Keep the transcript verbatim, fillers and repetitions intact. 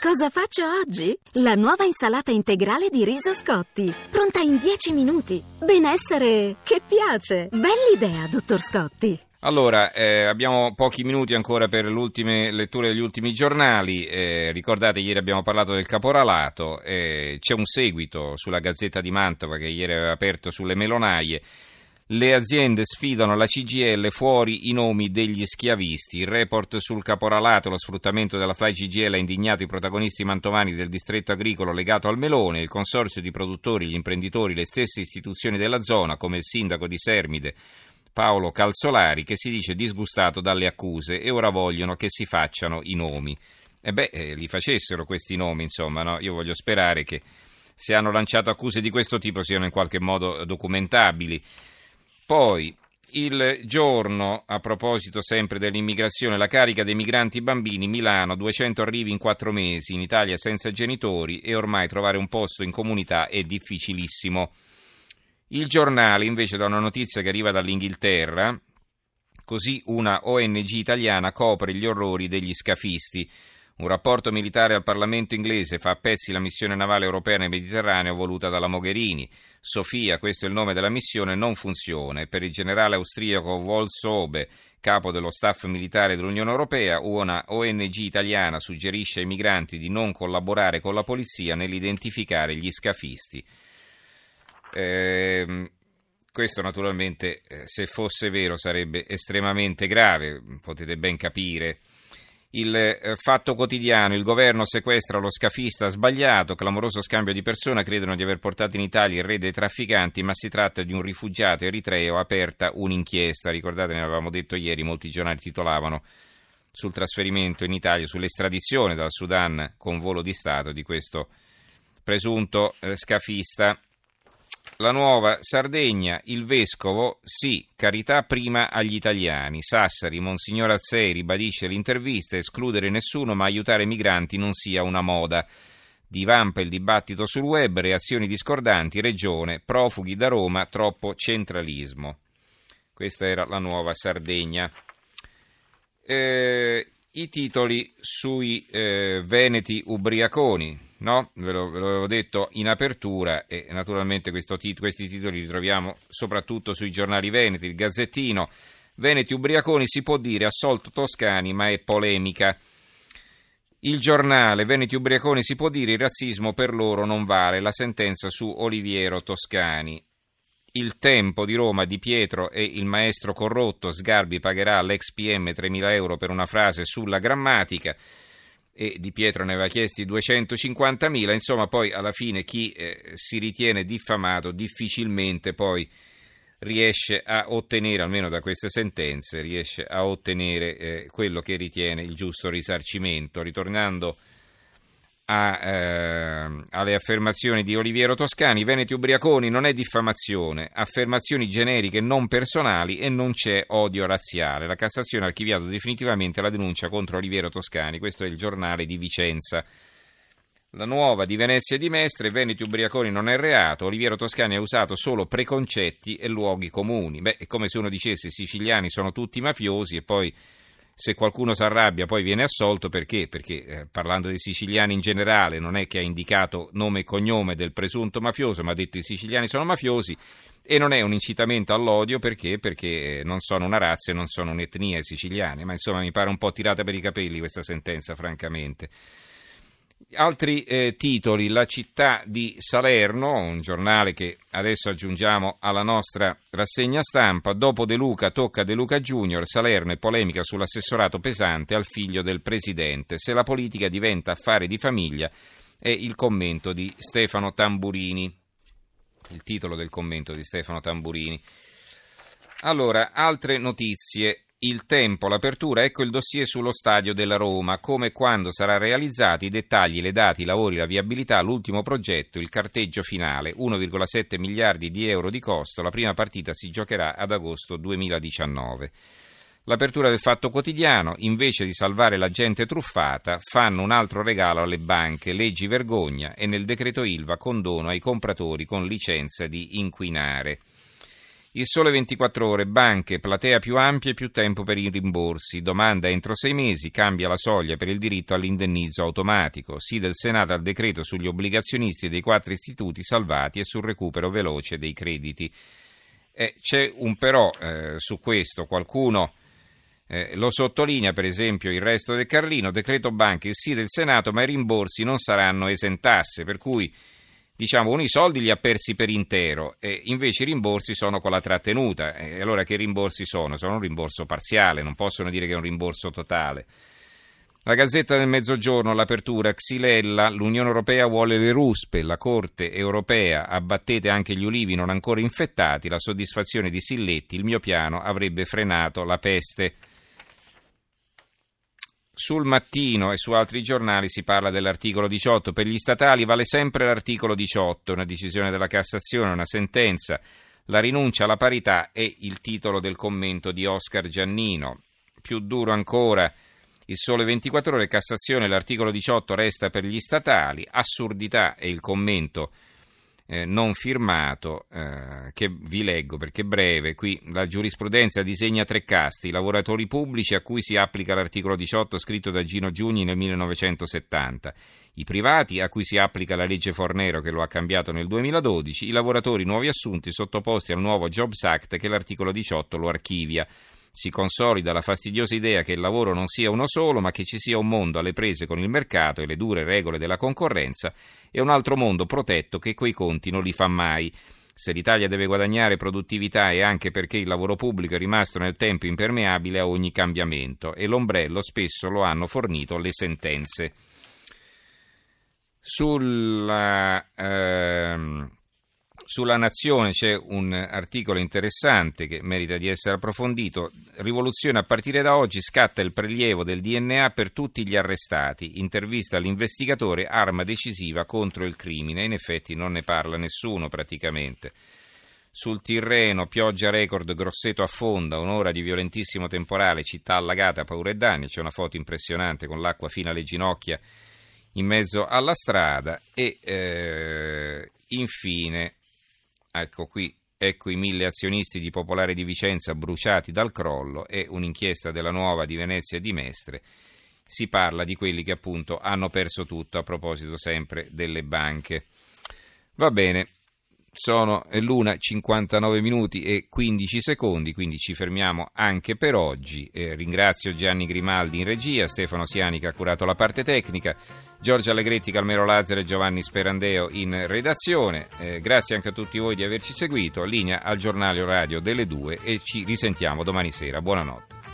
Cosa faccio oggi? La nuova insalata integrale di riso Scotti, pronta in dieci minuti. Benessere che piace. Bell'idea, dottor Scotti. Allora, eh, abbiamo pochi minuti ancora per le ultime letture degli ultimi giornali. Eh, ricordate, ieri abbiamo parlato del caporalato, eh, c'è un seguito sulla Gazzetta di Mantova che ieri aveva aperto sulle melonaie. Le aziende sfidano la C G I L, fuori i nomi degli schiavisti. Il report sul caporalato e lo sfruttamento della Fly C G I L ha indignato i protagonisti mantovani del distretto agricolo legato al melone. Il consorzio di produttori, gli imprenditori, le stesse istituzioni della zona, come il sindaco di Sermide, Paolo Calzolari, che si dice disgustato dalle accuse e ora vogliono che si facciano i nomi. E beh, eh, li facessero questi nomi, insomma, no? Io voglio sperare che se hanno lanciato accuse di questo tipo siano in qualche modo documentabili. Poi, il Giorno, a proposito sempre dell'immigrazione, la carica dei migranti bambini, Milano, duecento arrivi in quattro mesi, in Italia senza genitori e ormai trovare un posto in comunità è difficilissimo. Il Giornale invece dà una notizia che arriva dall'Inghilterra, così una O N G italiana copre gli orrori degli scafisti. Un rapporto militare al Parlamento inglese fa a pezzi la missione navale europea nel Mediterraneo voluta dalla Mogherini. Sofia, questo è il nome della missione, non funziona e per il generale austriaco Wolfsobe, capo dello staff militare dell'Unione Europea, una O N G italiana suggerisce ai migranti di non collaborare con la polizia nell'identificare gli scafisti. Eh, questo naturalmente, eh, se fosse vero, sarebbe estremamente grave, potete ben capire. Il eh, Fatto Quotidiano, il governo sequestra lo scafista sbagliato, clamoroso scambio di persona, credono di aver portato in Italia il re dei trafficanti, ma si tratta di un rifugiato eritreo, aperta un'inchiesta. Ricordate, ne avevamo detto ieri, molti giornali titolavano sul trasferimento in Italia, sull'estradizione dal Sudan con volo di Stato di questo presunto eh, scafista. La Nuova Sardegna, il vescovo, sì, carità prima agli italiani. Sassari, Monsignor Azzei ribadisce l'intervista, escludere nessuno ma aiutare i migranti non sia una moda. Divampa il dibattito sul web, reazioni discordanti, regione, profughi da Roma, troppo centralismo. Questa era la Nuova Sardegna. Eh, I titoli sui eh, veneti ubriaconi. No, ve, lo, ve l'avevo detto in apertura e naturalmente questo tit- questi titoli li troviamo soprattutto sui giornali veneti. Il Gazzettino, veneti ubriaconi, si può dire assolto Toscani ma è polemica. Il Giornale, veneti ubriaconi, si può dire il razzismo per loro non vale, la sentenza su Oliviero Toscani. Il Tempo di Roma, Di Pietro e il maestro corrotto, Sgarbi pagherà all'ex P M tremila euro per una frase sulla grammatica. E Di Pietro ne aveva chiesti duecentocinquantamila, insomma poi alla fine chi eh, si ritiene diffamato difficilmente poi riesce a ottenere, almeno da queste sentenze, riesce a ottenere eh, quello che ritiene il giusto risarcimento. Ritornando a, eh, alle affermazioni di Oliviero Toscani, veneti ubriaconi non è diffamazione, affermazioni generiche non personali e non c'è odio razziale. La Cassazione ha archiviato definitivamente la denuncia contro Oliviero Toscani. Questo è il Giornale di Vicenza. La Nuova di Venezia e di Mestre, veneti ubriaconi non è reato, Oliviero Toscani ha usato solo preconcetti e luoghi comuni. Beh, è come se uno dicesse i siciliani sono tutti mafiosi e poi se qualcuno si arrabbia poi viene assolto. Perché? Perché eh, parlando dei siciliani in generale non è che ha indicato nome e cognome del presunto mafioso, ma ha detto i siciliani sono mafiosi e non è un incitamento all'odio. Perché? Perché eh, non sono una razza e non sono un'etnia i siciliani, ma insomma mi pare un po' tirata per i capelli questa sentenza, francamente. Altri eh, titoli, La Città di Salerno, un giornale che adesso aggiungiamo alla nostra rassegna stampa. Dopo De Luca tocca De Luca Junior, Salerno e polemica sull'assessorato pesante al figlio del presidente. Se la politica diventa affare di famiglia è il commento di Stefano Tamburini, il titolo del commento di Stefano Tamburini. Allora, altre notizie. Il Tempo, l'apertura, ecco il dossier sullo stadio della Roma, come e quando sarà realizzato, i dettagli, le date, i lavori, la viabilità, l'ultimo progetto, il carteggio finale, uno virgola sette miliardi di euro di costo, la prima partita si giocherà ad agosto duemiladiciannove. L'apertura del Fatto Quotidiano, invece di salvare la gente truffata, fanno un altro regalo alle banche, leggi vergogna e nel decreto Ilva condono ai compratori con licenza di inquinare. Il Sole ventiquattro Ore, banche, platea più ampia e più tempo per i rimborsi, domanda entro sei mesi, cambia la soglia per il diritto all'indennizzo automatico, sì del Senato al decreto sugli obbligazionisti dei quattro istituti salvati e sul recupero veloce dei crediti. Eh, c'è un però eh, su questo, qualcuno eh, lo sottolinea, per esempio il Resto del Carlino, decreto banche, il sì del Senato, ma i rimborsi non saranno esentasse, per cui diciamo, uno i soldi li ha persi per intero e invece i rimborsi sono con la trattenuta. E allora che rimborsi sono? Sono un rimborso parziale, non possono dire che è un rimborso totale. La Gazzetta del Mezzogiorno, l'apertura, Xylella, l'Unione Europea vuole le ruspe, la Corte Europea, abbattete anche gli ulivi non ancora infettati, la soddisfazione di Silletti, il mio piano avrebbe frenato la peste. Sul Mattino e su altri giornali si parla dell'articolo diciotto. Per gli statali vale sempre l'articolo diciotto, una decisione della Cassazione, una sentenza, la rinuncia alla parità è il titolo del commento di Oscar Giannino. Più duro ancora, il Sole ventiquattro Ore, Cassazione, l'articolo diciotto resta per gli statali, assurdità è il commento Eh, non firmato, eh, che vi leggo perché è breve. Qui la giurisprudenza disegna tre casti: i lavoratori pubblici a cui si applica l'articolo diciotto scritto da Gino Giugni nel millenovecentosettanta, i privati a cui si applica la legge Fornero che lo ha cambiato nel duemiladodici, i lavoratori nuovi assunti sottoposti al nuovo Jobs Act che l'articolo diciotto lo archivia. Si consolida la fastidiosa idea che il lavoro non sia uno solo, ma che ci sia un mondo alle prese con il mercato e le dure regole della concorrenza e un altro mondo protetto che quei conti non li fa mai. Se l'Italia deve guadagnare produttività è anche perché il lavoro pubblico è rimasto nel tempo impermeabile a ogni cambiamento e l'ombrello spesso lo hanno fornito le sentenze. Sulla... Ehm, Sulla Nazione c'è un articolo interessante che merita di essere approfondito. Rivoluzione, a partire da oggi scatta il prelievo del D N A per tutti gli arrestati. Intervista all'investigatore, arma decisiva contro il crimine. In effetti non ne parla nessuno praticamente. Sul Tirreno, pioggia record, Grosseto affonda, un'ora di violentissimo temporale, città allagata, paura e danni. C'è una foto impressionante con l'acqua fino alle ginocchia in mezzo alla strada. E eh, infine... Ecco qui, ecco i mille azionisti di Popolare di Vicenza bruciati dal crollo e un'inchiesta della Nuova di Venezia e di Mestre. Si parla di quelli che appunto hanno perso tutto, a proposito sempre delle banche. Va bene, sono l'una cinquantanove minuti e quindici secondi, quindi ci fermiamo anche per oggi. Eh, ringrazio Gianni Grimaldi in regia, Stefano Siani che ha curato la parte tecnica, Giorgio Allegretti, Calmero Lazzaro e Giovanni Sperandeo in redazione. Eh, grazie anche a tutti voi di averci seguito. Linea al giornale radio delle due e ci risentiamo domani sera. Buonanotte.